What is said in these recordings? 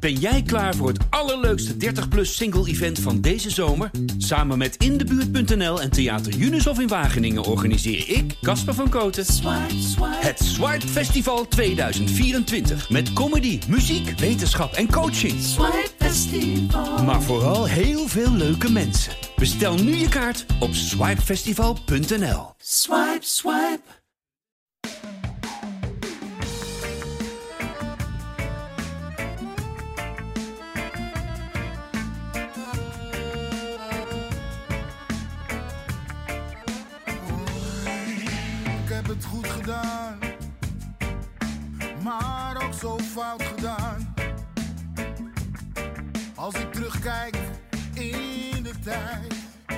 Ben jij klaar voor het allerleukste 30-plus single-event van deze zomer? Samen met Indebuurt.nl en Theater Junushof in Wageningen organiseer ik, Casper van Kooten, het Swipe Festival 2024. Met comedy, muziek, wetenschap en coaching. Swipe Festival. Maar vooral heel veel leuke mensen. Bestel nu je kaart op swipefestival.nl. Swipe, swipe. Ik heb het goed gedaan, maar ook zo fout gedaan. Als ik terugkijk in de tijd,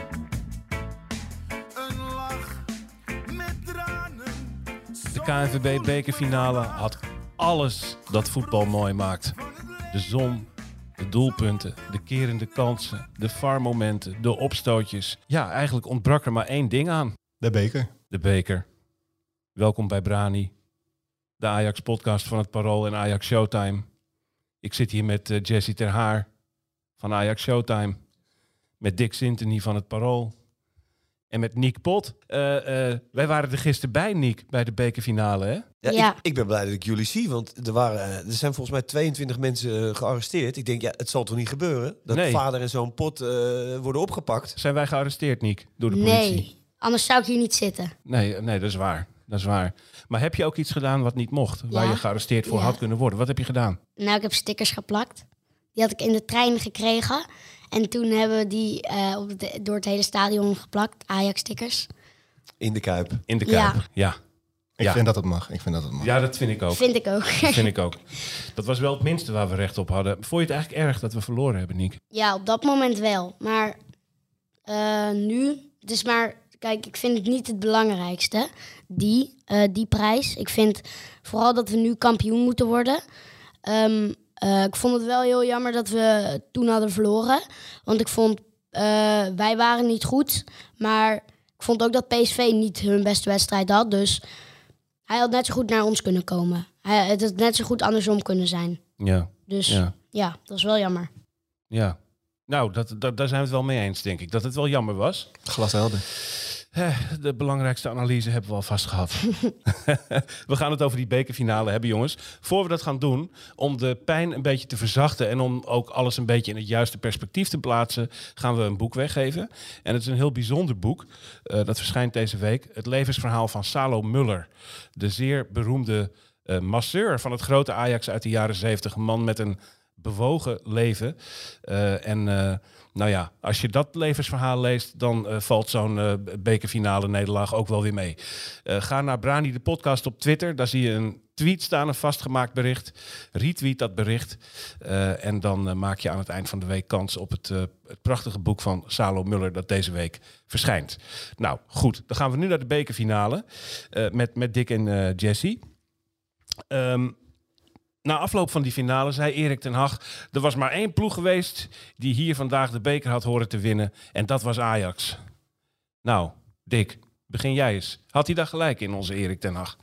een lach met tranen. De KNVB-bekerfinale had alles dat voetbal mooi maakt. De zon, de doelpunten, de kerende kansen, de VAR-momenten, de opstootjes. Ja, eigenlijk ontbrak er maar één ding aan. De beker. De beker. Welkom bij Brani, de Ajax-podcast van het Parool en Ajax Showtime. Ik zit hier met Jesse Ter Haar van Ajax Showtime, met Dick Sintony van het Parool en met Niek Pot. Wij waren er gisteren bij, Niek, bij de bekerfinale, hè? Ja. Ik ben blij dat ik jullie zie, want er zijn volgens mij 22 mensen gearresteerd. Ik denk, het zal toch niet gebeuren? Dat vader en zo'n Pot worden opgepakt. Zijn wij gearresteerd, Niek, door de politie? Nee, anders zou ik hier niet zitten. Nee, dat is waar. Dat is waar. Maar heb je ook iets gedaan wat niet mocht? Waar je gearresteerd voor had kunnen worden? Wat heb je gedaan? Nou, ik heb stickers geplakt. Die had ik in de trein gekregen. En toen hebben we die door het hele stadion geplakt. Ajax-stickers. In de Kuip. In de Kuip, ja. Ik vind dat het mag. Ja, dat vind ik ook. Vind ik ook. Dat vind ik ook. Dat was wel het minste waar we recht op hadden. Vond je het eigenlijk erg dat we verloren hebben, Niek? Ja, op dat moment wel. Maar nu... Het is maar... Kijk, ik vind het niet het belangrijkste, die prijs. Ik vind vooral dat we nu kampioen moeten worden. Ik vond het wel heel jammer dat we toen hadden verloren. Want ik vond, wij waren niet goed. Maar ik vond ook dat PSV niet hun beste wedstrijd had. Dus hij had net zo goed naar ons kunnen komen. Het had net zo goed andersom kunnen zijn. Ja. Dus ja dat is wel jammer. Ja. Nou, daar zijn we het wel mee eens, denk ik. Dat het wel jammer was. Glashelder. De belangrijkste analyse hebben we al vast gehad. We gaan het over die bekerfinale hebben, jongens. Voor we dat gaan doen, om de pijn een beetje te verzachten en om ook alles een beetje in het juiste perspectief te plaatsen, gaan we een boek weggeven. En het is een heel bijzonder boek. Dat verschijnt deze week. Het levensverhaal van Salo Muller. De zeer beroemde masseur van het grote Ajax uit de jaren 70. Een man met een bewogen leven. Nou ja, als je dat levensverhaal leest, dan valt zo'n bekerfinale nederlaag ook wel weer mee. Ga naar Brani de podcast op Twitter. Daar zie je een tweet staan, een vastgemaakt bericht. Retweet dat bericht. En dan maak je aan het eind van de week kans op het prachtige boek van Salo Muller dat deze week verschijnt. Nou, goed. Dan gaan we nu naar de bekerfinale met Dick en Jesse. Na afloop van die finale zei Erik ten Hag, er was maar één ploeg geweest die hier vandaag de beker had horen te winnen. En dat was Ajax. Nou, Dick, begin jij eens. Had hij daar gelijk in, onze Erik ten Hag?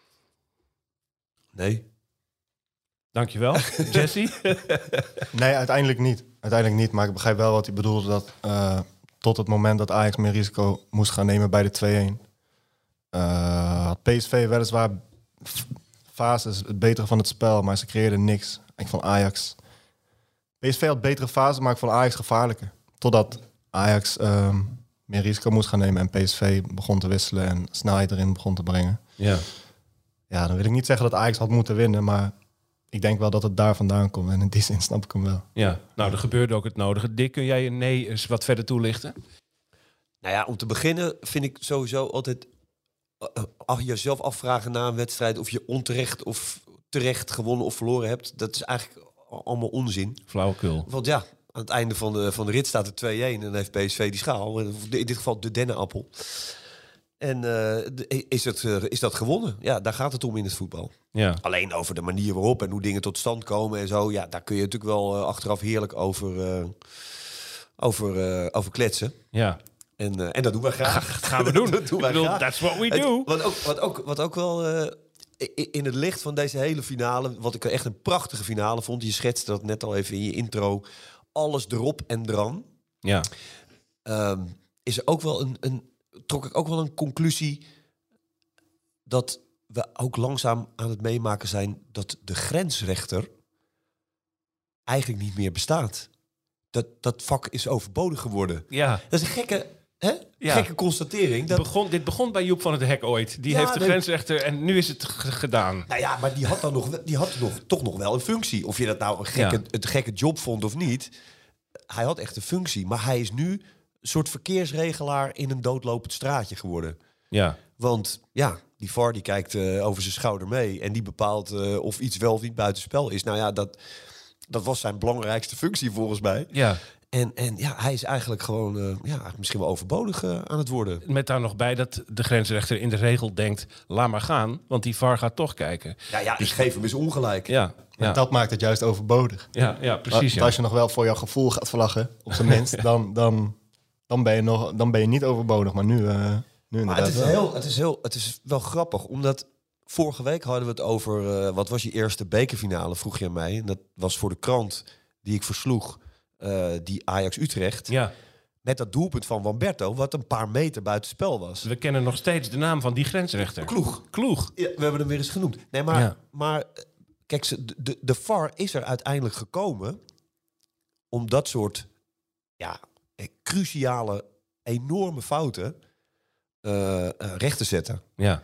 Nee. Dankjewel. Jesse? Nee, uiteindelijk niet. Maar ik begrijp wel wat hij bedoelde. Dat tot het moment dat Ajax meer risico moest gaan nemen bij de 2-1... had PSV weliswaar fases het betere van het spel, maar ze creëerden niks. Ik vond Ajax... PSV had betere fases, maar ik vond Ajax gevaarlijker. Totdat Ajax meer risico moest gaan nemen en PSV begon te wisselen en snelheid erin begon te brengen. Ja. Ja, dan wil ik niet zeggen dat Ajax had moeten winnen, maar ik denk wel dat het daar vandaan komt. En in die zin snap ik hem wel. Ja, nou, er gebeurde ook het nodige. Dick, kun jij je nee eens wat verder toelichten? Nou ja, om te beginnen vind ik sowieso altijd jezelf afvragen na een wedstrijd of je onterecht of terecht gewonnen of verloren hebt. Dat is eigenlijk allemaal onzin. Flauwekul. Want ja, aan het einde van de rit staat het 2-1 en dan heeft PSV die schaal. In dit geval de dennenappel. En is dat gewonnen? Ja, daar gaat het om in het voetbal. Ja. Alleen over de manier waarop en hoe dingen tot stand komen en zo. Ja, daar kun je natuurlijk wel achteraf heerlijk over kletsen. Ja. En dat doen wij graag. Dat gaan we doen. Dat doen wij graag. That's what we do. Wat ook wel in het licht van deze hele finale, wat ik echt een prachtige finale vond. Je schetste dat net al even in je intro. Alles erop en dran. Ja. Is er ook wel trok ik ook wel een conclusie dat we ook langzaam aan het meemaken zijn dat de grensrechter eigenlijk niet meer bestaat. Dat vak is overbodig geworden. Ja. Dat is een gekke constatering. Dit begon bij Joep van het Hek ooit. Die heeft de grensrechter en nu is het gedaan. Nou ja, maar die had toch nog wel een functie. Of je dat nou een gekke job vond of niet. Hij had echt een functie. Maar hij is nu een soort verkeersregelaar in een doodlopend straatje geworden. Ja. Want ja, die VAR die kijkt over zijn schouder mee. En die bepaalt of iets wel of niet buitenspel is. Nou ja, dat was zijn belangrijkste functie volgens mij. Ja. En ja, hij is eigenlijk gewoon misschien wel overbodig aan het worden. Met daar nog bij dat de grensrechter in de regel denkt, laat maar gaan, want die VAR gaat toch kijken. Ja, dus ik geef hem eens ongelijk. Ja. En dat maakt het juist overbodig. Ja, precies. Want als je nog wel voor jouw gevoel gaat vlaggen, op zijn minst, dan ben je niet overbodig. Maar nu inderdaad het is wel grappig, omdat vorige week hadden we het over wat was je eerste bekerfinale, vroeg je aan mij. En dat was voor de krant die ik versloeg. Die Ajax-Utrecht. Ja. Met dat doelpunt van Wamberto, wat een paar meter buiten spel was. We kennen nog steeds de naam van die grensrechter. Kloeg. Ja, we hebben hem weer eens genoemd. Nee, maar kijk, de VAR is er uiteindelijk gekomen om dat soort cruciale, enorme fouten recht te zetten. Ja.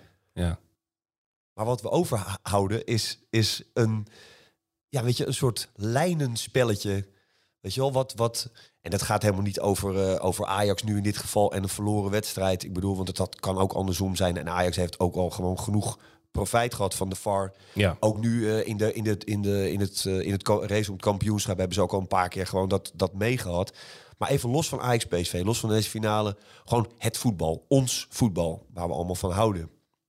Maar wat we overhouden is een soort lijnenspelletje. Weet je wel, wat en dat gaat helemaal niet over Ajax nu in dit geval en een verloren wedstrijd. Ik bedoel, want dat kan ook andersom zijn. En Ajax heeft ook al gewoon genoeg profijt gehad van de VAR. Ja. Ook nu in het race om het kampioenschap hebben ze ook al een paar keer gewoon dat meegehad. Maar even los van Ajax PSV, los van deze finale, gewoon het voetbal, ons voetbal, waar we allemaal van houden.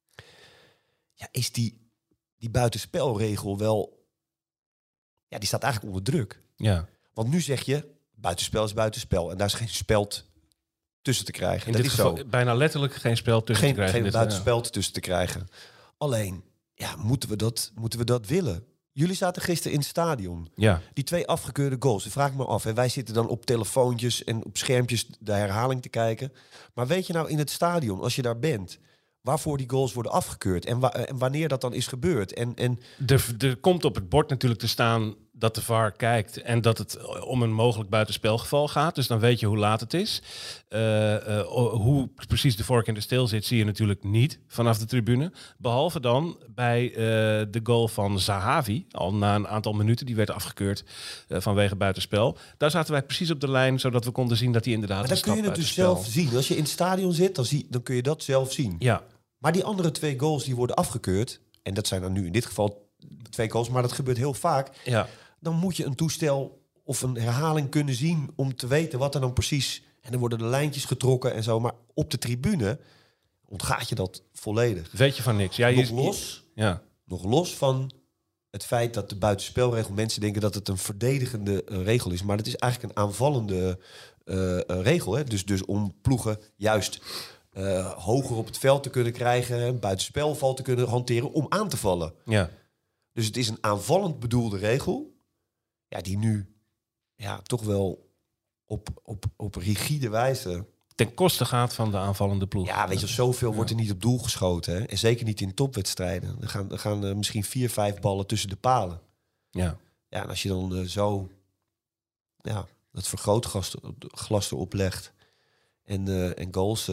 Ja, is die buitenspelregel wel, ja, die staat eigenlijk onder druk. Ja. Want nu zeg je, buitenspel is buitenspel. En daar is geen speld tussen te krijgen. In dat dit is geval zo. Bijna letterlijk geen spel tussen te krijgen. Geen buitenspel tussen te krijgen. Alleen, ja, moeten we dat willen? Jullie zaten gisteren in het stadion. Ja. Die 2 afgekeurde goals. Dat vraag ik me af. En wij zitten dan op telefoontjes en op schermpjes de herhaling te kijken. Maar weet je nou in het stadion, als je daar bent, waarvoor die goals worden afgekeurd en wanneer dat dan is gebeurd? En Er komt op het bord natuurlijk te staan dat de VAR kijkt en dat het om een mogelijk buitenspelgeval gaat. Dus dan weet je hoe laat het is. Hoe precies de vork in de steel zit, zie je natuurlijk niet vanaf de tribune. Behalve dan bij de goal van Zahavi, al na een aantal minuten. Die werd afgekeurd vanwege buitenspel. Daar zaten wij precies op de lijn, zodat we konden zien dat hij inderdaad maar dan kun je het dus zelf zien. Als je in het stadion zit, dan kun je dat zelf zien. Ja. Maar die andere 2 goals die worden afgekeurd, en dat zijn dan nu in dit geval 2 goals, maar dat gebeurt heel vaak. Ja. Dan moet je een toestel of een herhaling kunnen zien om te weten wat er dan precies. En dan worden de lijntjes getrokken en zo. Maar op de tribune ontgaat je dat volledig. Weet je van niks. Ja, Nog los van het feit dat de buitenspelregel, mensen denken dat het een verdedigende regel is. Maar het is eigenlijk een aanvallende regel. Hè? Dus om ploegen juist hoger op het veld te kunnen krijgen, een buitenspelval te kunnen hanteren om aan te vallen. Ja. Dus het is een aanvallend bedoelde regel. Ja, die nu toch wel op rigide wijze ten koste gaat van de aanvallende ploeg. Ja, weet je, zoveel wordt er niet op doel geschoten. Hè? En zeker niet in topwedstrijden. Er gaan misschien 4-5 ballen tussen de palen. Ja. Ja, en als je dan zo dat vergrootglas erop legt en goals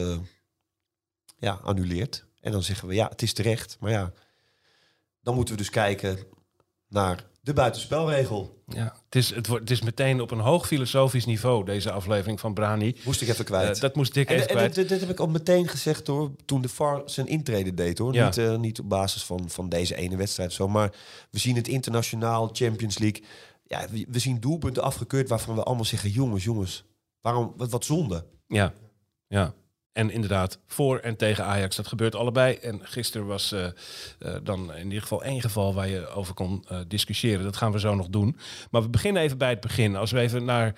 annuleert. En dan zeggen we, ja, het is terecht. Maar ja, dan moeten we dus kijken naar de buitenspelregel. Ja, het is meteen op een hoog filosofisch niveau, deze aflevering van Brani. Moest ik even kwijt. Dat moest ik even kwijt. En dit heb ik al meteen gezegd, hoor, toen de VAR zijn intrede deed, hoor. Ja. Niet op basis van deze ene wedstrijd of zo, maar we zien het internationaal, Champions League. Ja, we zien doelpunten afgekeurd waarvan we allemaal zeggen, jongens, waarom, wat zonde. Ja. En inderdaad, voor en tegen Ajax, dat gebeurt allebei. En gisteren was dan in ieder geval 1 geval waar je over kon discussiëren. Dat gaan we zo nog doen. Maar we beginnen even bij het begin. Als we even naar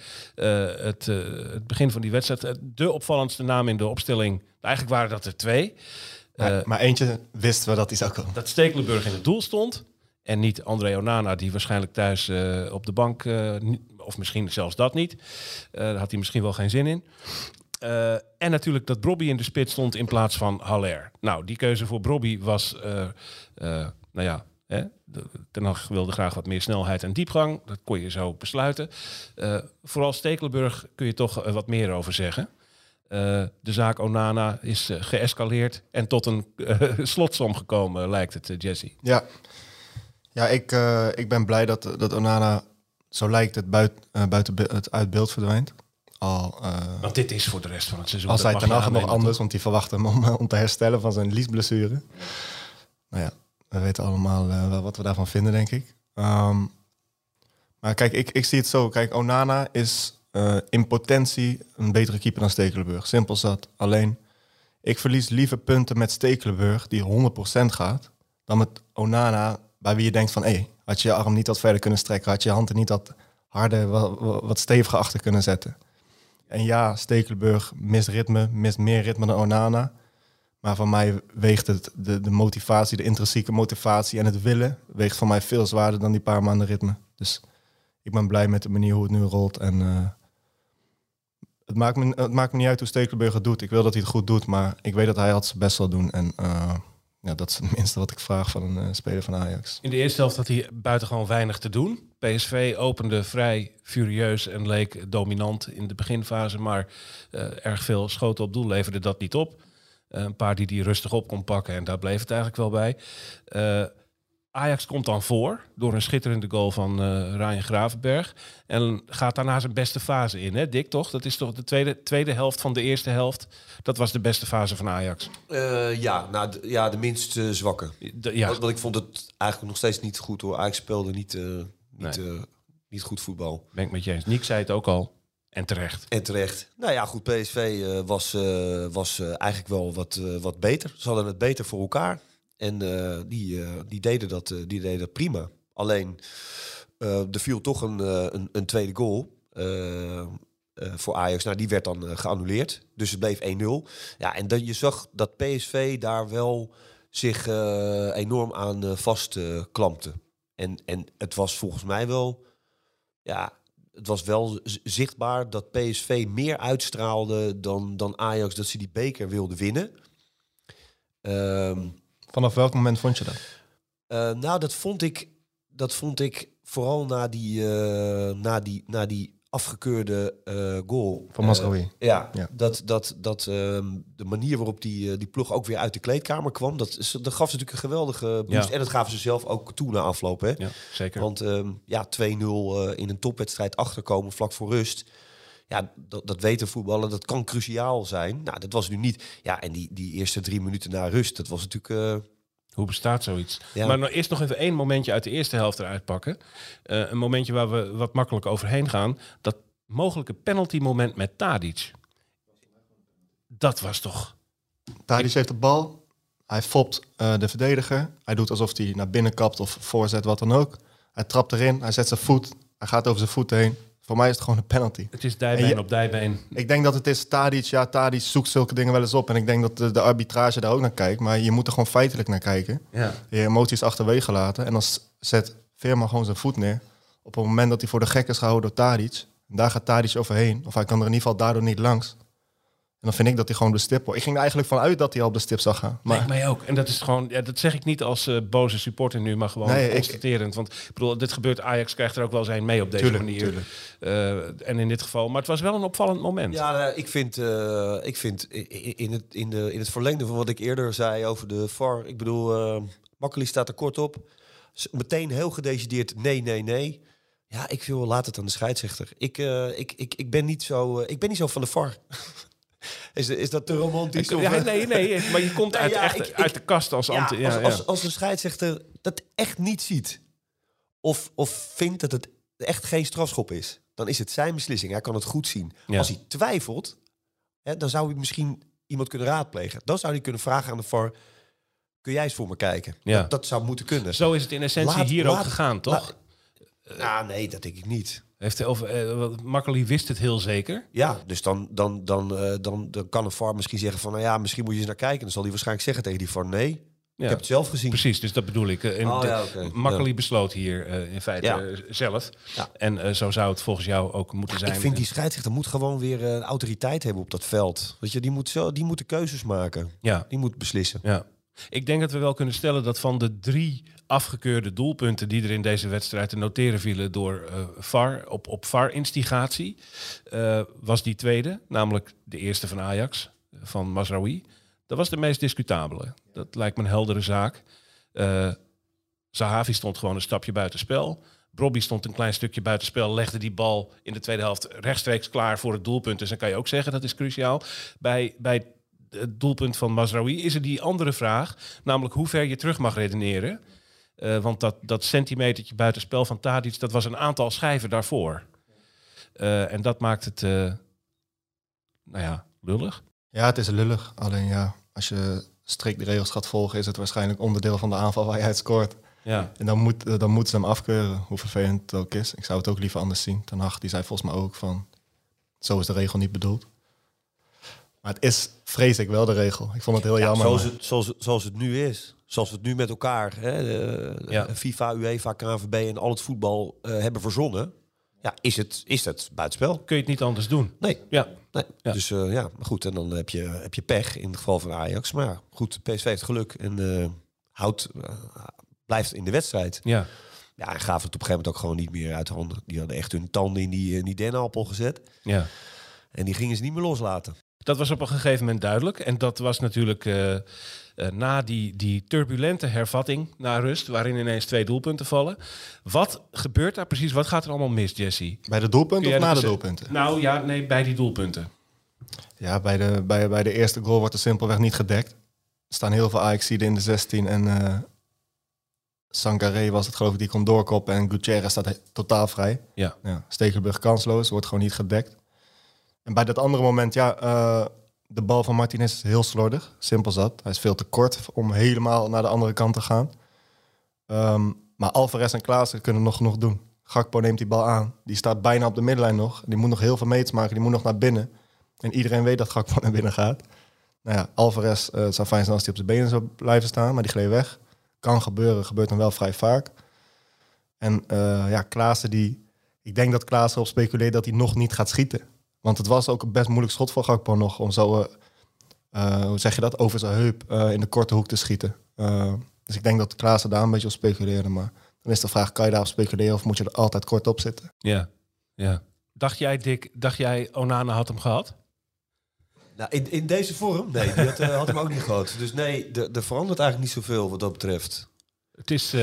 het begin van die wedstrijd. De opvallendste naam in de opstelling, eigenlijk waren dat er 2. Maar eentje wisten we dat hij zou komen. Dat Stekelenburg in het doel stond. En niet André Onana, die waarschijnlijk thuis op de bank... of misschien zelfs dat niet. Daar had hij misschien wel geen zin in. En natuurlijk dat Brobby in de spits stond in plaats van Haller. Nou, die keuze voor Brobby was... Ten Hag wilde graag wat meer snelheid en diepgang. Dat kon je zo besluiten. Vooral Stekelenburg kun je toch wat meer over zeggen. De zaak Onana is geëscaleerd en tot een slotsom gekomen, lijkt het, Jesse. Ja, ik ben blij dat Onana, zo lijkt het, buiten het uit beeld verdwijnt. Want dit is voor de rest van het seizoen. Als hij Ten Hag nog anders, want die verwacht hem om te herstellen van zijn liesblessure. Nou ja, we weten allemaal wel wat we daarvan vinden, denk ik. Maar kijk, ik zie het zo. Kijk, Onana is in potentie een betere keeper dan Stekelenburg. Simpel zat. Alleen, ik verlies liever punten met Stekelenburg, die 100% gaat, dan met Onana, bij wie je denkt van, had je je arm niet wat verder kunnen strekken, had je je hand er niet wat harder, wat steviger achter kunnen zetten. En ja, Stekelenburg mist meer ritme dan Onana. Maar voor mij weegt het de motivatie, de intrinsieke motivatie en het willen weegt voor mij veel zwaarder dan die paar maanden ritme. Dus ik ben blij met de manier hoe het nu rolt. En het maakt me niet uit hoe Stekelenburg het doet. Ik wil dat hij het goed doet, maar ik weet dat hij altijd zijn best zal doen. En dat is het minste wat ik vraag van een speler van Ajax. In de eerste helft had hij buitengewoon weinig te doen. PSV opende vrij furieus en leek dominant in de beginfase, maar erg veel schoten op doel leverde dat niet op. Een paar die rustig op kon pakken en daar bleef het eigenlijk wel bij. Ajax komt dan voor door een schitterende goal van Ryan Gravenberg. En gaat daarna zijn beste fase in, hè Dick, toch? Dat is toch de tweede helft van de eerste helft. Dat was de beste fase van Ajax. De minst zwakke. Want ik vond het eigenlijk nog steeds niet goed, hoor. Ajax speelde niet goed voetbal. Ben ik met je eens. Nick zei het ook al. En terecht. Nou ja, goed, PSV was eigenlijk wel wat beter. Ze hadden het beter voor elkaar. En die deden dat prima. Alleen, er viel toch een tweede goal voor Ajax. Nou, die werd dan geannuleerd. Dus het bleef 1-0. Ja, en je zag dat PSV daar wel zich enorm aan vastklampte. En het was volgens mij wel... Ja, het was wel zichtbaar dat PSV meer uitstraalde dan Ajax, dat ze die beker wilden winnen. Vanaf welk moment vond je dat? Dat vond ik vooral na die afgekeurde goal van Mazraoui. De manier waarop die ploeg ook weer uit de kleedkamer kwam, dat gaf ze natuurlijk een geweldige boost. Ja. En dat gaven ze zelf ook toe na afloop. Hè? Ja, zeker. Want 2-0 in een topwedstrijd achterkomen vlak voor rust. Ja, dat weten voetballen, dat kan cruciaal zijn. Nou, dat was nu niet. Ja, en die eerste 3 minuten na rust, dat was natuurlijk... Hoe bestaat zoiets? Ja. Maar nou eerst nog even 1 momentje uit de eerste helft eruit pakken. Een momentje waar we wat makkelijk overheen gaan. Dat mogelijke penalty moment met Tadic. Dat was toch... Tadic heeft de bal. Hij fopt de verdediger. Hij doet alsof hij naar binnen kapt of voorzet, wat dan ook. Hij trapt erin. Hij zet zijn voet. Hij gaat over zijn voeten heen. Voor mij is het gewoon een penalty. Het is dijbeen op dijbeen. Ik denk dat het is Tadic. Ja, Tadic zoekt zulke dingen wel eens op. En ik denk dat de arbitrage daar ook naar kijkt. Maar je moet er gewoon feitelijk naar kijken. Ja. Je emoties achterwege laten. En dan zet Veerman gewoon zijn voet neer. Op het moment dat hij voor de gek is gehouden door Tadic. En daar gaat Tadic overheen. Of hij kan er in ieder geval daardoor niet langs. En dan vind ik dat hij gewoon op de stip wordt. Ik ging er eigenlijk vanuit dat hij al op de stip zou gaan. Maar... Nee, mij ook. En dat is gewoon, dat zeg ik niet als boze supporter nu, maar gewoon constaterend. Want ik bedoel, dit gebeurt, Ajax krijgt er ook wel zijn mee op deze manier. Tuurlijk. En in dit geval, maar het was wel een opvallend moment. Ja, ik vind in het verlengde van wat ik eerder zei over de VAR. Ik bedoel, Makkeli staat er kort op. Meteen heel gedecideerd nee. Ja, ik wil laat het aan de scheidsrechter. Ik ben niet zo van de VAR. Is dat te romantisch? Nee, maar je komt uit de kast als anti... Als een scheidsrechter dat echt niet ziet... of vindt dat het echt geen strafschop is... dan is het zijn beslissing. Hij kan het goed zien. Ja. Als hij twijfelt... dan zou hij misschien iemand kunnen raadplegen. Dan zou hij kunnen vragen aan de VAR... kun jij eens voor me kijken? Ja. Dat zou moeten kunnen. Zo is het in essentie hier ook gegaan, toch? Nee, dat denk ik niet. Makkely wist het heel zeker. Ja, dus dan kan een VAR misschien zeggen van... nou ja, misschien moet je eens naar kijken. Dan zal hij waarschijnlijk zeggen tegen die VAR... nee, ik heb het zelf gezien. Precies, dus dat bedoel ik. Makkely besloot hier in feite zelf. Ja. En zo zou het volgens jou ook moeten zijn. Ik vind die scheidsrechter moet gewoon weer autoriteit hebben op dat veld. Weet je, die moet de keuzes maken. Ja. Die moet beslissen. Ja. Ik denk dat we wel kunnen stellen dat van de 3 afgekeurde doelpunten die er in deze wedstrijd te noteren vielen door VAR, op VAR-instigatie, was die tweede, namelijk de eerste van Ajax, van Mazraoui. Dat was de meest discutabele. Dat lijkt me een heldere zaak. Zahavi stond gewoon een stapje buitenspel. Brobby stond een klein stukje buitenspel, legde die bal in de tweede helft rechtstreeks klaar voor het doelpunt. Dus dan kan je ook zeggen, dat is cruciaal. Bij het doelpunt van Mazraoui is er die andere vraag, namelijk hoe ver je terug mag redeneren. Want dat centimetertje buitenspel van Tadic, dat was een aantal schijven daarvoor. En dat maakt het, lullig. Ja, het is lullig. Alleen ja, als je strikt de regels gaat volgen, is het waarschijnlijk onderdeel van de aanval waar je uit scoort. Ja. En dan moeten ze hem afkeuren, hoe vervelend het ook is. Ik zou het ook liever anders zien. Ten Hag, die zei volgens mij ook van, zo is de regel niet bedoeld. Maar het is, vrees ik, wel de regel. Ik vond het heel jammer. Zoals het nu is. Zoals we het nu met elkaar, FIFA, UEFA, KNVB en al het voetbal hebben verzonnen. Ja, is het buitenspel? Kun je het niet anders doen? Nee. Ja. Dus maar goed, en dan heb je pech in het geval van Ajax. Maar ja, goed, PSV heeft geluk en blijft in de wedstrijd. Ja. Ja, en gaven het op een gegeven moment ook gewoon niet meer uit handen. Die hadden echt hun tanden in die dennenappel gezet. Ja. En die gingen ze niet meer loslaten. Dat was op een gegeven moment duidelijk. En dat was natuurlijk na die turbulente hervatting na rust, waarin ineens 2 doelpunten vallen. Wat gebeurt daar precies? Wat gaat er allemaal mis, Jesse? Bij de doelpunten of na de doelpunten? Nou ja, nee, bij die doelpunten. Ja, bij de eerste goal wordt er simpelweg niet gedekt. Er staan heel veel Ajaxiden in de 16 en Sangaré was het geloof ik, die kon doorkoppen en Gutierrez staat totaal vrij. Ja. Stekelenburg kansloos, wordt gewoon niet gedekt. En bij dat andere moment, de bal van Martinez is heel slordig. Simpel zat. Hij is veel te kort om helemaal naar de andere kant te gaan. Maar Alvarez en Klaassen kunnen nog genoeg doen. Gakpo neemt die bal aan. Die staat bijna op de middenlijn nog. Die moet nog heel veel meters maken. Die moet nog naar binnen. En iedereen weet dat Gakpo naar binnen gaat. Nou ja, Alvarez zou fijn zijn als hij op zijn benen zou blijven staan. Maar die gleed weg. Kan gebeuren. Gebeurt dan wel vrij vaak. En Klaassen ik denk dat Klaassen op speculeert dat hij nog niet gaat schieten. Want het was ook een best moeilijk schot voor Gakpo nog om zo, hoe zeg je dat, over zijn heup in de korte hoek te schieten. Dus ik denk dat Klaassen daar een beetje op speculeerde. Maar dan is de vraag, kan je daarop speculeren of moet je er altijd kort op zitten? Ja. Dacht jij, Dick, Onana had hem gehad? Nou, in deze vorm? Nee, die had hem ook niet gehad. Dus nee, er verandert eigenlijk niet zoveel wat dat betreft. Het is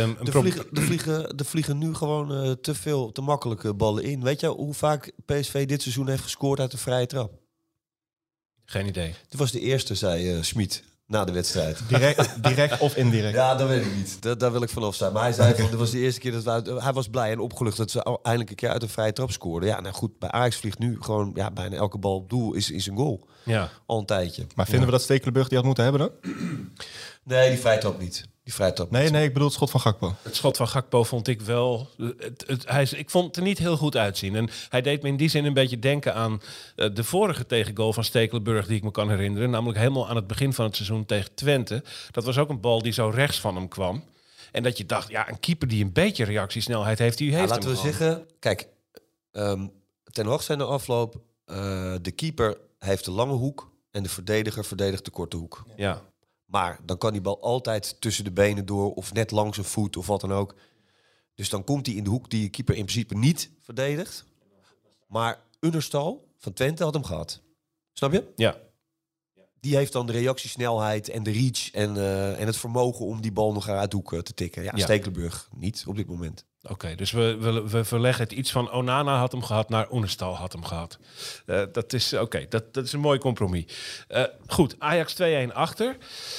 er vliegen nu gewoon te makkelijke ballen in. Weet je hoe vaak PSV dit seizoen heeft gescoord uit de vrije trap? Geen idee. Dit was de eerste, zei Schmid na de wedstrijd. Direct of indirect? Ja, dat weet ik niet. Daar wil ik vanaf zijn. Maar hij zei van, dit was de eerste keer hij was blij en opgelucht dat ze eindelijk een keer uit een vrije trap scoorden. Ja, nou goed, bij Ajax vliegt nu gewoon bijna elke bal op doel is een goal. Ja. Al een tijdje. Maar vinden we dat Stekelenburg die had moeten hebben dan? Nee, die vrije trap niet. Nee, ik bedoel het schot van Gakpo. Het schot van Gakpo vond ik wel... Ik vond het er niet heel goed uitzien. En hij deed me in die zin een beetje denken aan de vorige tegengoal van Stekelenburg die ik me kan herinneren. Namelijk helemaal aan het begin van het seizoen tegen Twente. Dat was ook een bal die zo rechts van hem kwam. En dat je dacht, een keeper die een beetje reactiesnelheid heeft, die heeft laten we zeggen, kijk, ten hoogste in de afloop, de keeper heeft de lange hoek en de verdediger verdedigt de korte hoek. Ja. Maar dan kan die bal altijd tussen de benen door of net langs een voet of wat dan ook. Dus dan komt hij in de hoek die je keeper in principe niet verdedigt. Maar Unnerstal van Twente had hem gehad. Snap je? Ja. Die heeft dan de reactiesnelheid en de reach en het vermogen om die bal nog uit de hoek te tikken. Ja. Stekelenburg niet op dit moment. Oké, dus we verleggen het iets van Onana had hem gehad naar Oenestal had hem gehad. Dat is oké. Dat is een mooi compromis. Goed, Ajax 2-1 achter.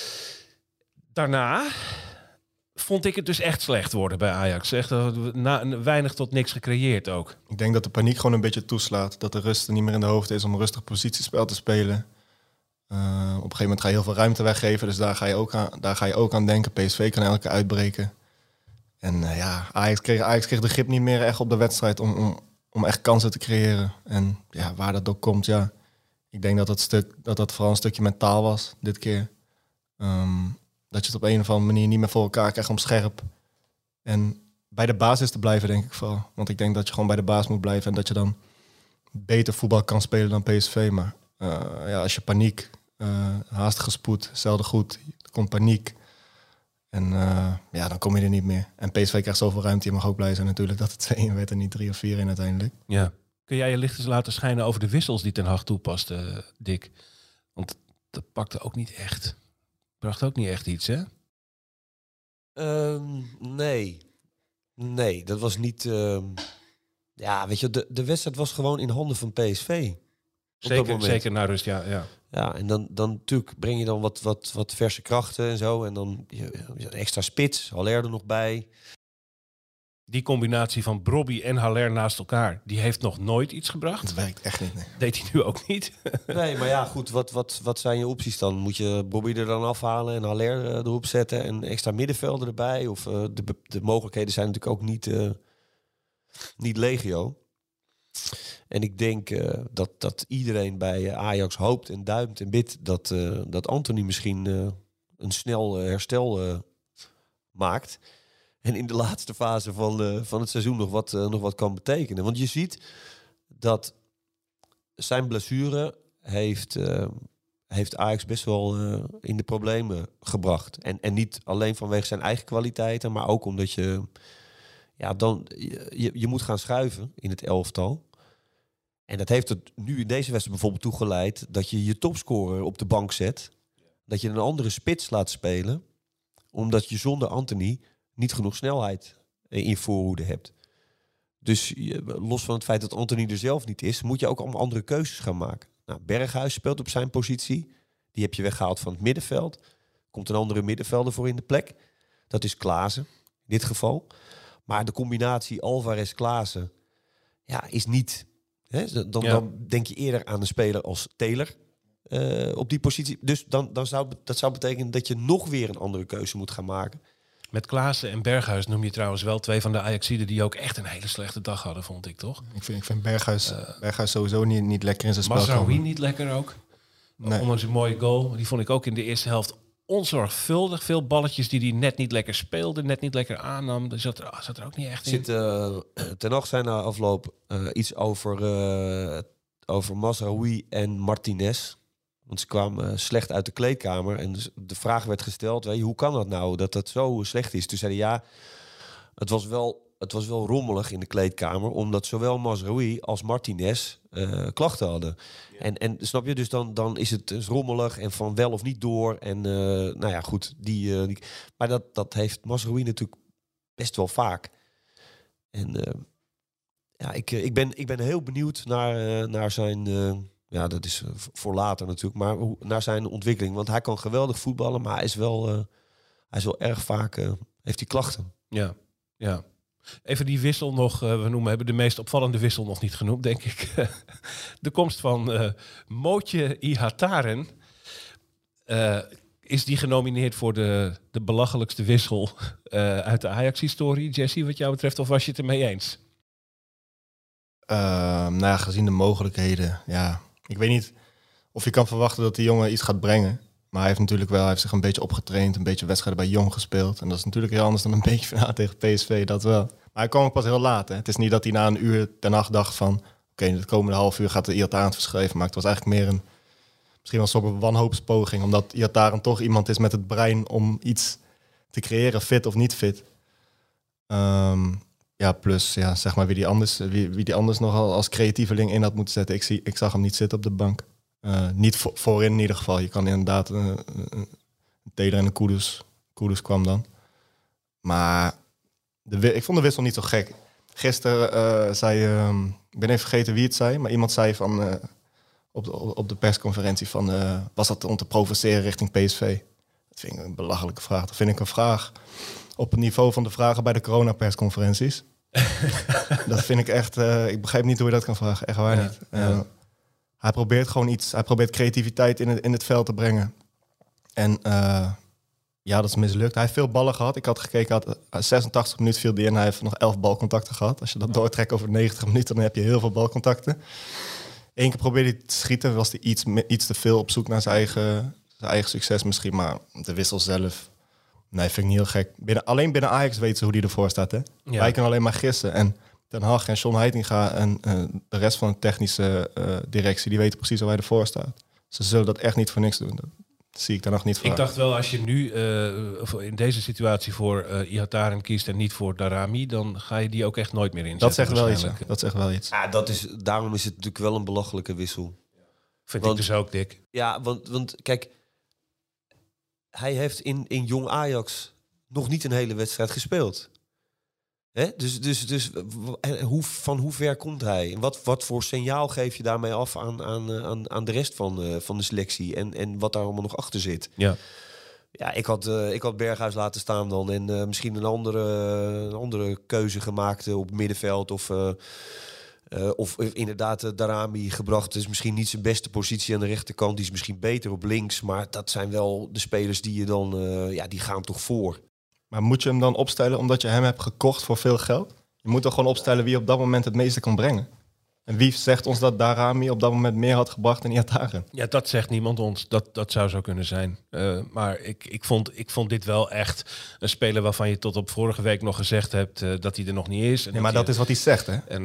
Daarna vond ik het dus echt slecht worden bij Ajax. Echt weinig tot niks gecreëerd ook. Ik denk dat de paniek gewoon een beetje toeslaat. Dat de rust er niet meer in de hoofd is om een rustig positiespel te spelen. Op een gegeven moment ga je heel veel ruimte weggeven. Dus daar ga je ook aan denken. PSV kan elke keer uitbreken. En Ajax kreeg de grip niet meer echt op de wedstrijd om echt kansen te creëren. En ja, waar dat ook komt, ja. Ik denk dat vooral een stukje mentaal was dit keer. Dat je het op een of andere manier niet meer voor elkaar krijgt om scherp. En bij de basis te blijven, denk ik vooral. Want ik denk dat je gewoon bij de basis moet blijven en dat je dan beter voetbal kan spelen dan PSV. Maar als je paniek, haastige spoed, zelden goed, er komt paniek. En dan kom je er niet meer. En PSV krijgt zoveel ruimte, je mag ook blij zijn natuurlijk dat het 2-1 werd en niet 3 of 4 in uiteindelijk. Ja. Kun jij je licht eens laten schijnen over de wissels die Ten Hag toepaste, Dick? Want dat pakte ook niet echt. Bracht ook niet echt iets, hè? Nee, dat was niet... weet je, de wedstrijd was gewoon in handen van PSV. Zeker naar rust, ja. Ja, en dan natuurlijk breng je dan wat verse krachten en zo. En dan een extra spits, Haller er nog bij. Die combinatie van Brobby en Haller naast elkaar, die heeft nog nooit iets gebracht. Het werkt echt niet, nee. Deed hij nu ook niet. Nee, maar ja, goed, wat zijn je opties dan? Moet je Brobby er dan afhalen en Haller erop zetten en extra middenvelder erbij? Of de mogelijkheden zijn natuurlijk ook niet legio. En ik denk dat iedereen bij Ajax hoopt en duimt en bidt dat Anthony misschien een snel herstel maakt. En in de laatste fase van het seizoen nog wat kan betekenen. Want je ziet dat zijn blessure heeft Ajax best wel in de problemen gebracht. En niet alleen vanwege zijn eigen kwaliteiten, maar ook omdat je moet gaan schuiven in het elftal. En dat heeft het nu in deze wedstrijd bijvoorbeeld toegeleid dat je topscorer op de bank zet. Dat je een andere spits laat spelen. Omdat je zonder Anthony niet genoeg snelheid in je voorhoede hebt. Dus los van het feit dat Anthony er zelf niet is, moet je ook allemaal andere keuzes gaan maken. Nou, Berghuis speelt op zijn positie. Die heb je weggehaald van het middenveld. Komt een andere middenvelder voor in de plek. Dat is Klaassen, in dit geval. Maar de combinatie Alvarez-Klaassen is niet... Dan denk je eerder aan een speler als Taylor op die positie. Dus dan zou betekenen dat je nog weer een andere keuze moet gaan maken. Met Klaassen en Berghuis noem je trouwens wel twee van de Ajaxiden die ook echt een hele slechte dag hadden, vond ik, toch? Ik vind Berghuis sowieso niet lekker in zijn spel. Mazraoui niet lekker ook. Nee. Ondanks een mooie goal. Die vond ik ook in de eerste helft onzorgvuldig. Veel balletjes die hij net niet lekker speelde, net niet lekker aannam. Er zat er ook niet echt in. Ten Hag zei na afloop iets over Mazraoui en Martinez. Want ze kwamen slecht uit de kleedkamer. En dus de vraag werd gesteld, hoe kan dat nou dat dat zo slecht is? Toen zeiden ja, het was wel rommelig in de kleedkamer. Omdat zowel Mazraoui als Martinez klachten hadden. Ja. En snap je, dus dan is het dus rommelig en van wel of niet door. En goed, maar dat heeft Mazraoui natuurlijk best wel vaak. En ik ben heel benieuwd naar zijn... dat is voor later natuurlijk, maar naar zijn ontwikkeling. Want hij kan geweldig voetballen, maar hij is wel erg vaak... heeft hij klachten. Ja. Even die wissel nog, hebben de meest opvallende wissel nog niet genoemd, denk ik. De komst van Mootje Ihataren. Is die genomineerd voor de belachelijkste wissel uit de Ajax-historie, Jesse, wat jou betreft? Of was je het ermee eens? Gezien de mogelijkheden, ja. Ik weet niet of je kan verwachten dat die jongen iets gaat brengen. Maar hij heeft zich een beetje opgetraind, een beetje wedstrijden bij Jong gespeeld. En dat is natuurlijk heel anders dan een beetje van tegen PSV, dat wel. Maar hij kwam ook pas heel laat. Hè. Het is niet dat hij na een uur Ten Hag dacht van... Oké, de komende half uur gaat de Ihataren verschrijven. Maar het was eigenlijk meer misschien wel een soort wanhoopspoging. Omdat Ihataren toch iemand is met het brein om iets te creëren, fit of niet fit. Plus zeg maar wie die anders nog als creatieveling in had moeten zetten. Ik zag hem niet zitten op de bank. Niet voorin in ieder geval. Je kan inderdaad een Taylor en een Kudus kwam dan. Maar ik vond de wissel niet zo gek. Gisteren zei... ik ben even vergeten wie het zei, maar iemand zei van... op de persconferentie van... was dat om te provoceren richting PSV? Dat vind ik een belachelijke vraag. Dat vind ik een vraag op het niveau van de vragen bij de coronapersconferenties. Dat vind ik echt... ik begrijp niet hoe je dat kan vragen. Echt waar niet. Hij probeert gewoon iets. Hij probeert creativiteit in het veld te brengen. En Ja, dat is mislukt. Hij heeft veel ballen gehad. Ik had gekeken, 86 minuten viel die in. Hij heeft nog 11 balcontacten gehad. Als je dat doortrekt over 90 minuten, dan heb je heel veel balcontacten. Eén keer probeerde hij te schieten. Was hij iets te veel op zoek naar zijn eigen succes misschien. Maar de wissel zelf, nee, vind ik niet heel gek. Alleen binnen Ajax weten ze hoe die ervoor staat. Hè? Ja. Wij kunnen alleen maar gissen. En Ten Hag en John Heitinga en de rest van de technische directie, die weten precies waar hij ervoor staat. Ze zullen dat echt niet voor niks doen. Dat zie ik daar nog niet voor. Ik dacht wel, als je nu in deze situatie voor Ihataren kiest en niet voor Daramy, dan ga je die ook echt nooit meer inzetten. Dat zegt wel iets. waarschijnlijk. Dat zegt wel iets. Ja, daarom is het natuurlijk wel een belachelijke wissel. Vind Want- ik dus ook, Dick. Ja, want kijk, hij heeft in jong Ajax nog niet een hele wedstrijd gespeeld. Hè? Dus van hoe ver komt hij? En wat voor signaal geef je daarmee af aan de rest van de selectie? En wat daar allemaal nog achter zit? Ja. Ja, ik had Berghuis laten staan dan. En misschien een andere keuze gemaakt op het middenveld. Of inderdaad Daramy gebracht. Het is misschien niet zijn beste positie aan de rechterkant. Die is misschien beter op links. Maar dat zijn wel de spelers die je dan... die gaan toch voor. Maar moet je hem dan opstellen omdat je hem hebt gekocht voor veel geld? Je moet toch gewoon opstellen wie op dat moment het meeste kan brengen? En wie zegt ons dat Daramy op dat moment meer had gebracht dan Ihataren? Ja, dat zegt niemand ons. Dat zou zo kunnen zijn. Maar ik vond dit wel echt een speler waarvan je tot op vorige week nog gezegd hebt dat hij er nog niet is. En Nee, maar dat is wat hij zegt, hè? En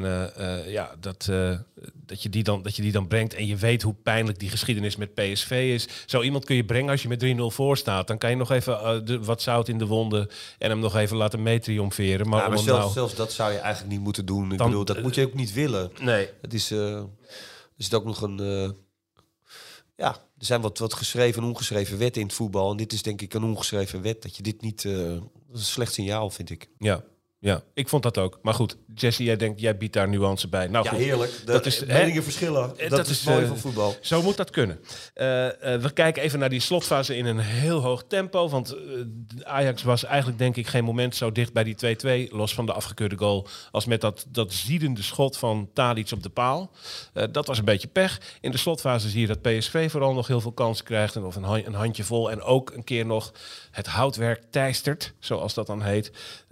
dat je die dan brengt en je weet hoe pijnlijk die geschiedenis met PSV is. Zo iemand kun je brengen als je met 3-0 voor staat. Dan kan je nog even wat zout in de wonden en hem nog even laten meetriomferen. Maar, Maar zelfs dat zou je eigenlijk niet moeten doen. Ik bedoel, dat moet je ook niet willen. Nee. Het is, er zit ook nog een... er zijn wat geschreven en ongeschreven wetten in het voetbal. En dit is denk ik een ongeschreven wet. Dat je dit niet... dat is een slecht signaal, vind ik. Ja, ik vond dat ook. Maar goed, Jesse, jij biedt daar nuance bij. Nou, Ja, goed. heerlijk. Dat is- meningen verschillen. Dat is mooi van voetbal. Zo moet dat kunnen. We kijken even naar die slotfase in een heel hoog tempo. Want Ajax was eigenlijk denk ik geen moment zo dicht bij die 2-2... los van de afgekeurde goal... als met dat ziedende schot van Tadic op de paal. Dat was een beetje pech. In de slotfase zie je dat PSV vooral nog heel veel kansen krijgt... of een handje vol. En ook een keer nog het houtwerk teistert, zoals dat dan heet.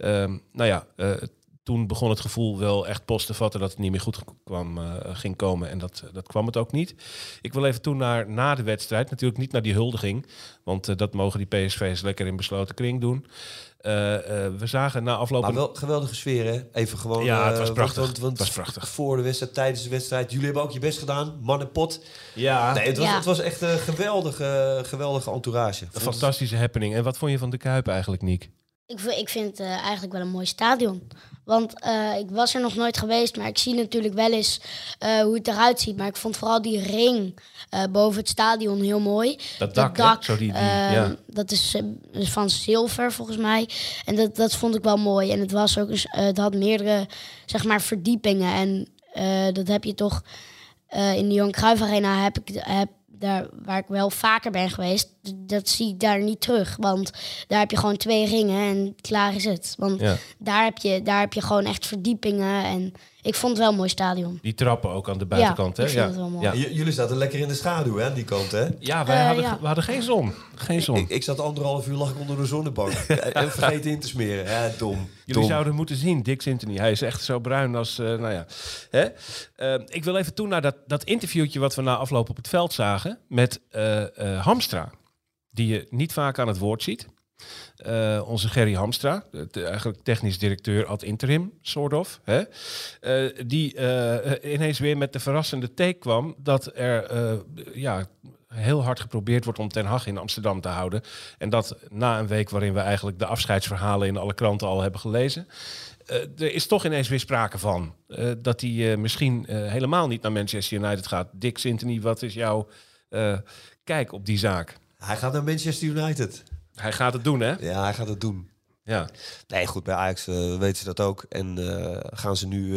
Toen begon het gevoel wel echt post te vatten dat het niet meer goed ging komen. En dat kwam het ook niet. Ik wil even toe na de wedstrijd. Natuurlijk niet naar die huldiging. Want dat mogen die PSV's lekker in besloten kring doen. We zagen na afloop... Maar wel geweldige sfeer, hè? Even gewoon... Ja, het was prachtig. Want Het was prachtig. voor de wedstrijd, tijdens de wedstrijd... Jullie hebben ook je best gedaan. Man en pot. Ja, Nee, Ja. het was echt een geweldige entourage. een fantastische happening. En wat vond je van de Kuip eigenlijk, Niek? Ik vind het eigenlijk wel een mooi stadion. Want ik was er nog nooit geweest, maar ik zie natuurlijk wel eens hoe het eruit ziet. Maar ik vond vooral die ring boven het stadion heel mooi. Dat dak, hè? Zo ja. Dat is van zilver volgens mij. En dat vond ik wel mooi. En het was ook het had meerdere zeg maar verdiepingen. En dat heb je toch in de Johan Cruijff Arena daar waar ik wel vaker ben geweest, dat zie ik daar niet terug. Want daar heb je gewoon 2 ringen en klaar is het. Want Ja. daar heb je gewoon echt verdiepingen. En ik vond het wel een mooi stadion. Die trappen ook aan de buitenkant, Ja, hè? ik vind het wel mooi. Ja. Jullie zaten lekker in de schaduw, hè, aan die kant, hè? Ja, we hadden geen zon. Geen zon. Ik zat 1,5 uur lag ik onder de zonnebank. En vergeten in te smeren. Ja, dom. Jullie zouden moeten zien, Dick Sintony. Hij is echt zo bruin als, Hè? Ik wil even toe naar dat interviewtje wat we na afloop op het veld zagen met Hamstra. Die je niet vaak aan het woord ziet. Onze Gerry Hamstra, eigenlijk technisch directeur ad interim, soort of. Hè? Die ineens weer met de verrassende take kwam dat er heel hard geprobeerd wordt om Ten Hag in Amsterdam te houden. En dat na een week waarin we eigenlijk de afscheidsverhalen in alle kranten al hebben gelezen. Er is toch ineens weer sprake van dat hij misschien helemaal niet naar Manchester United gaat. Dick Sintony, wat is jouw kijk op die zaak? Hij gaat naar Manchester United. Hij gaat het doen, hè? Ja, hij gaat het doen. Ja. Nee, goed, bij Ajax weten ze dat ook. En gaan ze nu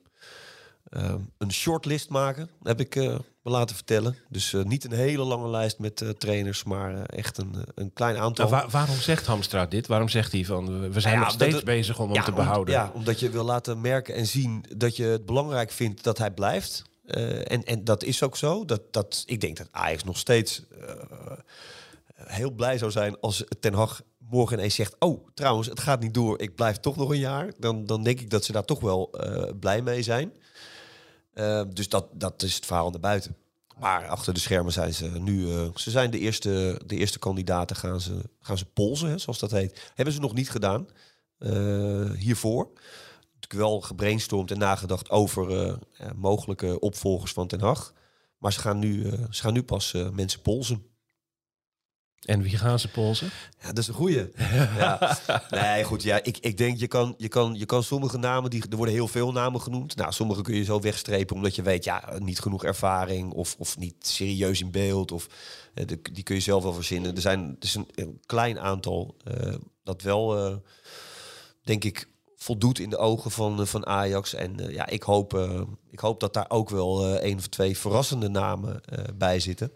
een shortlist maken, heb ik me laten vertellen. Dus niet een hele lange lijst met trainers, maar echt een klein aantal. Nou, waarom zegt Hamstra dit? Waarom zegt hij van, we zijn Nou ja, nog steeds dat- bezig om hem te behouden? Ja, omdat je wil laten merken en zien dat je het belangrijk vindt dat hij blijft. En dat is ook zo. Ik denk dat Ajax nog steeds heel blij zou zijn als Ten Hag morgen ineens zegt... oh, trouwens, het gaat niet door, ik blijf toch nog een jaar... dan denk ik dat ze daar toch wel blij mee zijn. Dus dat is het verhaal naar buiten. Maar achter de schermen zijn ze nu... ze zijn de eerste kandidaten gaan ze polsen, hè, zoals dat heet. Hebben ze nog niet gedaan hiervoor. Natuurlijk wel gebrainstormd en nagedacht over mogelijke opvolgers van Ten Hag. Maar ze gaan nu pas mensen polsen. En wie gaan ze polsen? Ja, dat is een goeie. Ja. Nee, goed. Ja, ik denk, je kan sommige namen... er worden heel veel namen genoemd. Nou, sommige kun je zo wegstrepen... omdat je weet, niet genoeg ervaring... of niet serieus in beeld. Of die kun je zelf wel verzinnen. Er is een klein aantal... dat wel, denk ik... voldoet in de ogen van Ajax. En ik hoop dat daar ook wel 1 of 2 verrassende namen bij zitten.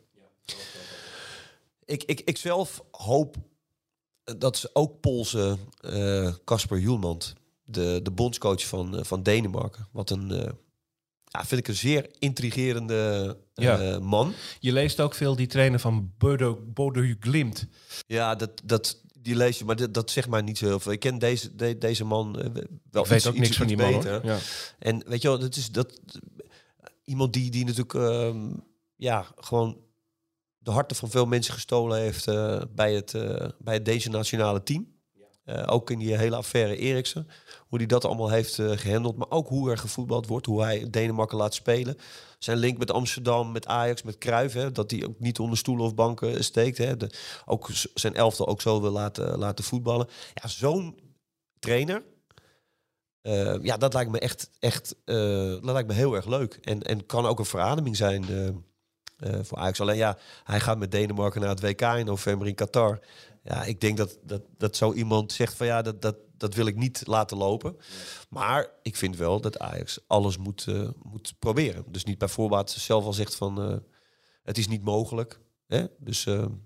Ik zelf hoop dat ze ook polsen Kasper Hjulmand, de bondscoach van Denemarken. Wat vind ik een zeer intrigerende man. Je leest ook veel die trainer van Bodø Glimt. Ja, die lees je, maar dat zegt mij niet zo heel veel. Ik ken deze man wel. Ik weet ook niks van die man, beter. Hoor. Ja. En weet je wel, dat iemand die natuurlijk gewoon de harten van veel mensen gestolen heeft bij het deze nationale team. Ook in die hele affaire Eriksen. Hoe hij dat allemaal heeft gehandeld. Maar ook hoe er gevoetbald wordt. Hoe hij Denemarken laat spelen. Zijn link met Amsterdam, met Ajax, met Cruijff. Hè, dat hij ook niet onder stoelen of banken steekt. Hè, ook zijn elftal ook zo wil laten voetballen. Ja, zo'n trainer... dat lijkt me echt dat lijkt me heel erg leuk. En kan ook een verademing zijn... voor Ajax. Alleen hij gaat met Denemarken naar het WK in november in Qatar. Ja, ik denk dat zo iemand zegt van dat wil ik niet laten lopen. Maar ik vind wel dat Ajax alles moet proberen. Dus niet bij voorbaat zelf al zegt van het is niet mogelijk. Hè? Dus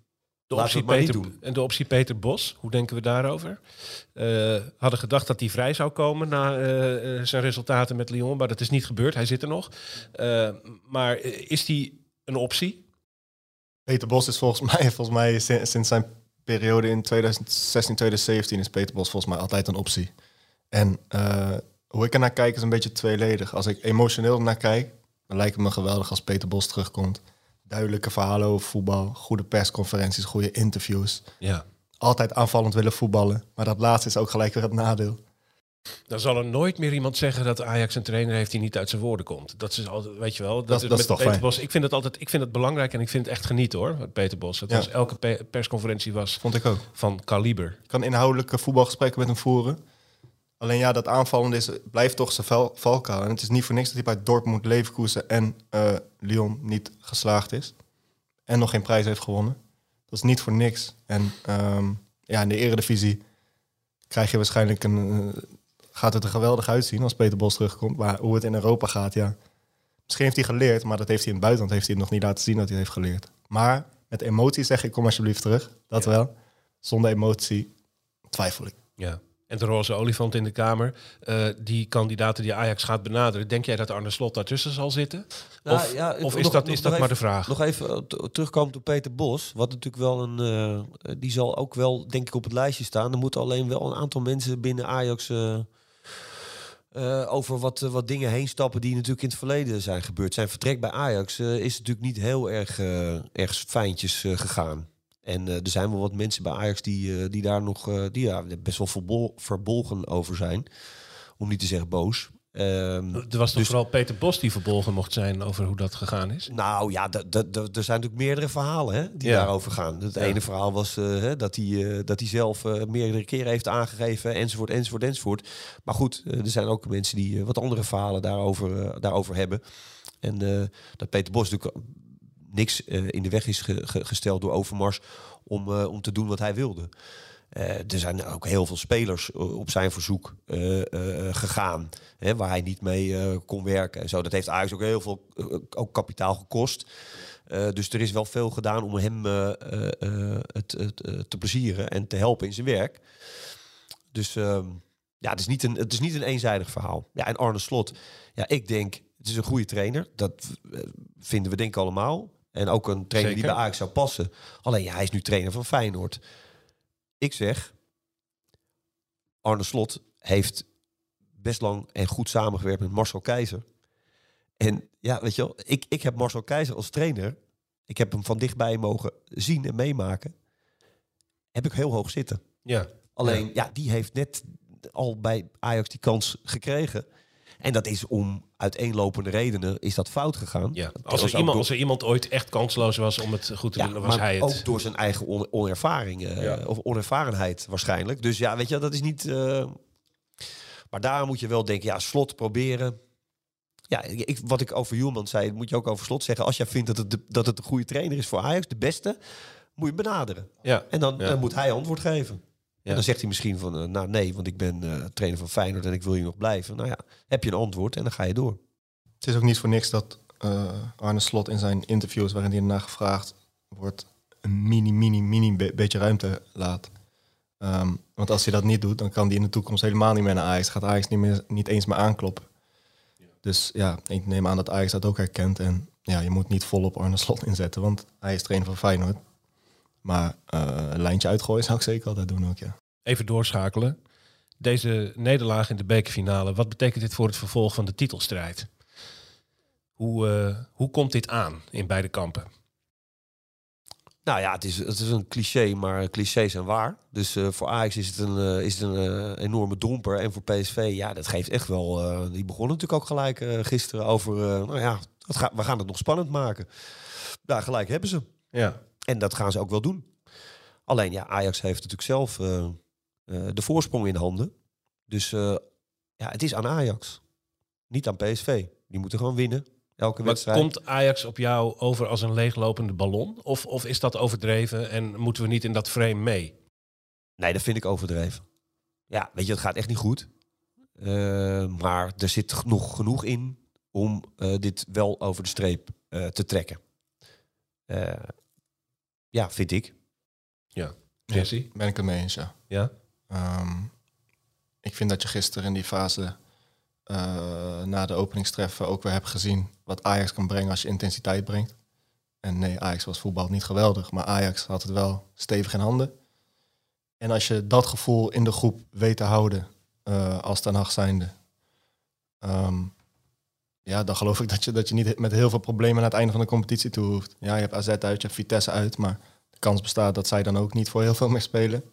de optie Peter Bos, hoe denken we daarover? Hadden gedacht dat hij vrij zou komen na zijn resultaten met Lyon, maar dat is niet gebeurd. Hij zit er nog. Maar is die een optie? Peter Bos is volgens mij sinds zijn periode in 2016, 2017 is Peter Bos volgens mij altijd een optie. En hoe ik er naar kijk is een beetje tweeledig. Als ik emotioneel naar kijk, dan lijkt het me geweldig als Peter Bos terugkomt. Duidelijke verhalen over voetbal, goede persconferenties, goede interviews. Ja. Altijd aanvallend willen voetballen. Maar dat laatste is ook gelijk weer het nadeel. Dan zal er nooit meer iemand zeggen dat Ajax een trainer heeft die niet uit zijn woorden komt. Dat is altijd, weet je wel. Dat is toch Peter fijn. Bos. Ik vind het belangrijk en ik vind het echt genieten hoor. Met Peter Bos. Elke persconferentie was Vond ik ook. van kaliber. Ik kan inhoudelijke voetbalgesprekken met hem voeren. Alleen dat aanvallende blijft toch zijn valkuil. En het is niet voor niks dat hij bij Dortmund, Leverkusen en Lyon niet geslaagd is. En nog geen prijs heeft gewonnen. Dat is niet voor niks. En in de Eredivisie krijg je waarschijnlijk gaat het er geweldig uitzien als Peter Bos terugkomt. Maar hoe het in Europa gaat, misschien heeft hij geleerd, maar dat heeft hij in het buitenland heeft hij het nog niet laten zien dat hij heeft geleerd. Maar met emotie zeg ik, kom alsjeblieft terug. Dat wel. Zonder emotie twijfel ik. Ja. En de roze olifant in de Kamer, die kandidaten die Ajax gaat benaderen. Denk jij dat Arne Slot daartussen zal zitten? Of is dat maar de vraag? Nog even terugkomen op Peter Bos. Wat natuurlijk wel die zal ook wel, denk ik, op het lijstje staan. Er moeten alleen wel een aantal mensen binnen Ajax over wat dingen heen stappen die natuurlijk in het verleden zijn gebeurd. Zijn vertrek bij Ajax is natuurlijk niet heel erg fijntjes gegaan. En er zijn wel wat mensen bij Ajax die daar nog best wel verbolgen over zijn. Om niet te zeggen boos. Er was toch vooral Peter Bos die verbolgen mocht zijn over hoe dat gegaan is? Nou ja, er zijn natuurlijk meerdere verhalen die daarover gaan. Het ene verhaal was dat hij zelf meerdere keren heeft aangegeven, enzovoort. Maar goed, er zijn ook mensen die wat andere verhalen daarover hebben. En dat Peter Bos natuurlijk niks in de weg is gesteld door Overmars om te doen wat hij wilde. Er zijn ook heel veel spelers op zijn verzoek gegaan, waar hij niet mee kon werken en zo. Dat heeft Ajax ook heel veel ook kapitaal gekost. Dus er is wel veel gedaan om hem te plezieren en te helpen in zijn werk. Dus het is niet een eenzijdig verhaal. Ja, en Arne Slot, ik denk, het is een goede trainer. Dat vinden we denk ik allemaal. En ook een trainer die bij Ajax zou passen. Alleen hij is nu trainer van Feyenoord. Ik zeg, Arne Slot heeft best lang en goed samengewerkt met Marcel Keizer. En ja, weet je wel, ik heb Marcel Keizer als trainer. Ik heb hem van dichtbij mogen zien en meemaken. Heb ik heel hoog zitten. Ja. Alleen, ja, die heeft net al bij Ajax die kans gekregen. En dat is om uiteenlopende redenen is dat fout gegaan. Ja. Dat Als was ook er iemand ooit echt kansloos was om het goed te doen, dan was maar hij het. ook door zijn eigen onervaring of onervarenheid waarschijnlijk. Dus ja, weet je, dat is niet... Maar daar moet je wel denken, ja, Slot proberen. Ja, wat ik over Hielman zei, moet je ook over Slot zeggen. Als jij vindt dat het een goede trainer is voor Ajax, de beste, moet je benaderen. Ja. En dan moet hij antwoord geven. Ja. En dan zegt hij misschien van, nou nee, want ik ben trainer van Feyenoord en ik wil hier nog blijven. Nou ja, heb je een antwoord en dan ga je door. Het is ook niet voor niks dat Arne Slot in zijn interviews, waarin hij ernaar gevraagd wordt, een mini beetje ruimte laat. Want als hij dat niet doet, dan kan hij in de toekomst helemaal niet meer naar Ajax. Gaat Ajax niet eens meer aankloppen. Dus ja, ik neem aan dat Ajax dat ook herkent. En ja, je moet niet volop Arne Slot inzetten, want hij is trainer van Feyenoord. Maar een lijntje uitgooien zou ik zeker altijd doen ook, ja. Even doorschakelen. Deze nederlaag in de bekerfinale, wat betekent dit voor het vervolg van de titelstrijd? Hoe komt dit aan in beide kampen? Nou ja, het is een cliché, maar clichés zijn waar. Dus voor Ajax is het een enorme domper. En voor PSV, ja, dat geeft echt wel... die begonnen natuurlijk ook gelijk gisteren over... we gaan het nog spannend maken. Daar gelijk hebben ze. Ja. En dat gaan ze ook wel doen. Alleen, ja, Ajax heeft natuurlijk zelf de voorsprong in handen. Dus ja, het is aan Ajax. Niet aan PSV. Die moeten gewoon winnen. Elke wedstrijd. Komt Ajax op jou over als een leeglopende ballon? Of is dat overdreven en moeten we niet in dat frame mee? Nee, dat vind ik overdreven. Ja, weet je, het gaat echt niet goed. Maar er zit nog genoeg in om dit wel over de streep te trekken. Ja, vind ik. Ja. Jesse? Ja, ben ik het mee eens, ja. Ja? Ik vind dat je gisteren in die fase na de openingstreffer ook weer hebt gezien wat Ajax kan brengen als je intensiteit brengt. En nee, Ajax was voetbal niet geweldig, maar Ajax had het wel stevig in handen. En als je dat gevoel in de groep weet te houden als Ten Hag zijnde, ja, dan geloof ik dat je niet met heel veel problemen naar het einde van de competitie toe hoeft. Ja, je hebt AZ uit, je hebt Vitesse uit, maar de kans bestaat dat zij dan ook niet voor heel veel meer spelen.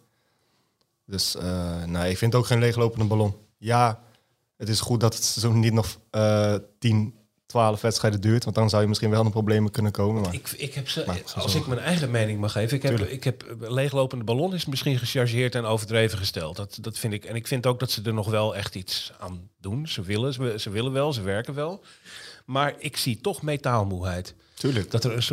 Dus nee, ik vind het ook geen leeglopende ballon. Ja, het is goed dat het seizoen niet nog 10, 12 wedstrijden duurt, want dan zou je misschien wel in problemen kunnen komen. Maar Als ik mijn eigen mening mag geven, ik heb leeglopende ballon is misschien gechargeerd en overdreven gesteld. Dat vind ik. En ik vind ook dat ze er nog wel echt iets aan doen. Ze willen wel, ze werken wel. Maar ik zie toch metaalmoeheid. Tuurlijk. Dat er een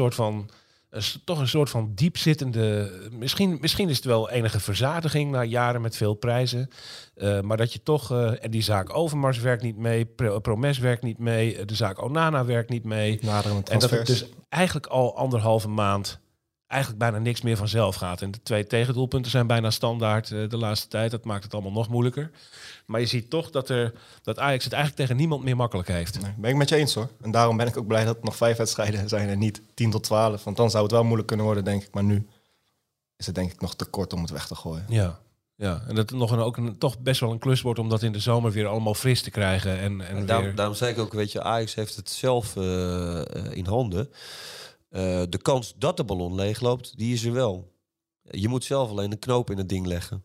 soort van diepzittende... Misschien is het wel enige verzadiging na jaren met veel prijzen. Maar dat je toch... en die zaak Overmars werkt niet mee. Promes werkt niet mee. De zaak Onana werkt niet mee. En dat het dus eigenlijk al 1,5 maand... eigenlijk bijna niks meer vanzelf gaat. En de 2 tegendoelpunten zijn bijna standaard de laatste tijd. Dat maakt het allemaal nog moeilijker. Maar je ziet toch dat Ajax het eigenlijk tegen niemand meer makkelijk heeft. Nee, ben ik met je eens hoor. En daarom ben ik ook blij dat het nog 5 wedstrijden zijn en niet 10 tot 12. Want dan zou het wel moeilijk kunnen worden, denk ik. Maar nu is het denk ik nog te kort om het weg te gooien. Ja. En dat het nog toch best wel een klus wordt om dat in de zomer weer allemaal fris te krijgen. En daarom zei ik ook, weet je, Ajax heeft het zelf in handen. De kans dat de ballon leegloopt, die is er wel. Je moet zelf alleen een knoop in het ding leggen.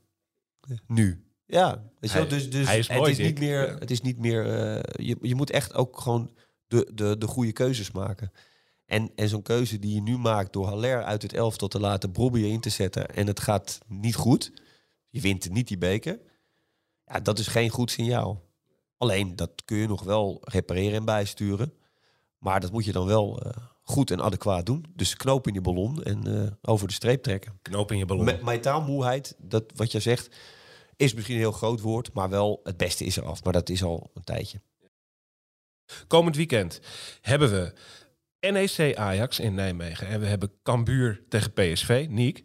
Nu. Ja, weet je wel? Dus hij is mooi, het is niet meer... Je moet echt ook gewoon de goede keuzes maken. En zo'n keuze die je nu maakt door Haller uit het elftal te laten, Brobbey in te zetten en het gaat niet goed. Je wint niet die beker. Ja, dat is geen goed signaal. Alleen, dat kun je nog wel repareren en bijsturen. Maar dat moet je dan wel goed en adequaat doen. Dus knoop in je ballon en over de streep trekken. Knoop in je ballon. Metaalmoeheid, dat wat je zegt, is misschien een heel groot woord, maar wel het beste is eraf. Maar dat is al een tijdje. Komend weekend hebben we NEC Ajax in Nijmegen. En we hebben Cambuur tegen PSV. Niek,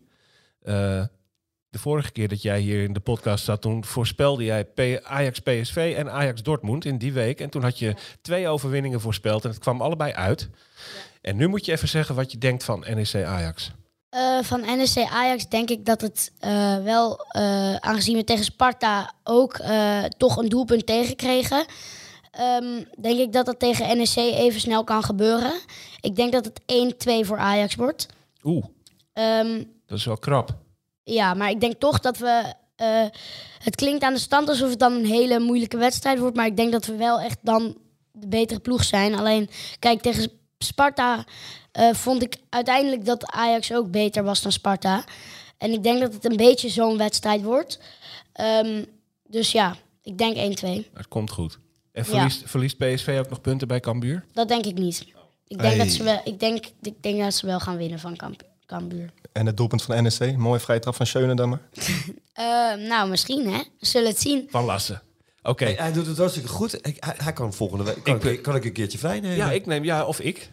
de vorige keer dat jij hier in de podcast zat, toen voorspelde jij Ajax PSV en Ajax Dortmund in die week. En toen had je 2 overwinningen voorspeld en het kwam allebei uit. Ja. En nu moet je even zeggen wat je denkt van NEC Ajax. Van NEC Ajax denk ik dat het wel, aangezien we tegen Sparta ook toch een doelpunt tegenkregen, denk ik dat dat tegen NEC even snel kan gebeuren. Ik denk dat het 1-2 voor Ajax wordt. Dat is wel krap. Ja, maar ik denk toch dat we... het klinkt aan de stand alsof het dan een hele moeilijke wedstrijd wordt, maar ik denk dat we wel echt dan de betere ploeg zijn. Alleen, kijk, tegen Sparta vond ik uiteindelijk dat Ajax ook beter was dan Sparta. En ik denk dat het een beetje zo'n wedstrijd wordt. Dus ja, ik denk 1-2. Het komt goed. En Ja. verliest PSV ook nog punten bij Cambuur? Dat denk ik niet. Ik denk, dat, ze wel, ik denk dat ze wel gaan winnen van Cambuur. En het doelpunt van NEC, mooie vrije trap van Schöne. Nou, misschien hè. We zullen het zien. Van Lassen. Oké. Hey, hij doet het hartstikke goed. Hij kan volgende week... Kan ik een keertje vrij nemen? Ja, ik neem... Ja, of ik.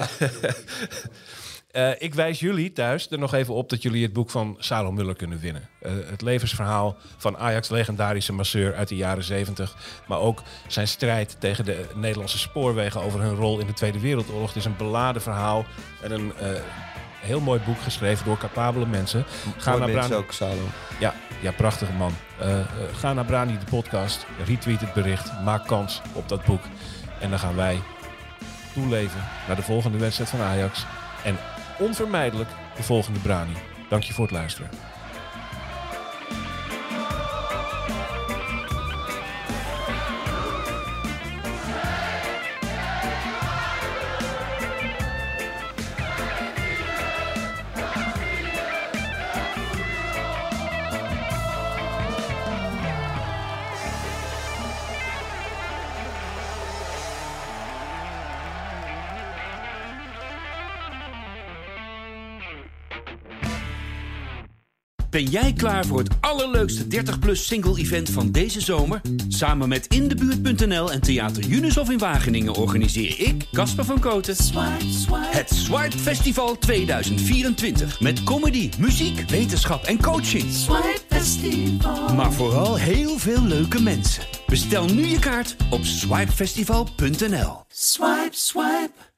Ik wijs jullie thuis er nog even op dat jullie het boek van Salo Muller kunnen winnen. Het levensverhaal van Ajax' legendarische masseur uit de jaren 70. Maar ook zijn strijd tegen de Nederlandse spoorwegen over hun rol in de Tweede Wereldoorlog. Het is een beladen verhaal en een heel mooi boek geschreven door capabele mensen. Ga naar Brani ook, Salo. Ja, prachtige man. Ga naar Brani de podcast, retweet het bericht, maak kans op dat boek. En dan gaan wij toeleven naar de volgende wedstrijd van Ajax. En onvermijdelijk de volgende Brani. Dank je voor het luisteren. Ben jij klaar voor het allerleukste 30-plus single-event van deze zomer? Samen met Indebuurt.nl en Theater Junushof in Wageningen organiseer ik, Casper van Koten, het Swipe Festival 2024. Met comedy, muziek, wetenschap en coaching. Swipe Festival. Maar vooral heel veel leuke mensen. Bestel nu je kaart op swipefestival.nl. Swipe, swipe.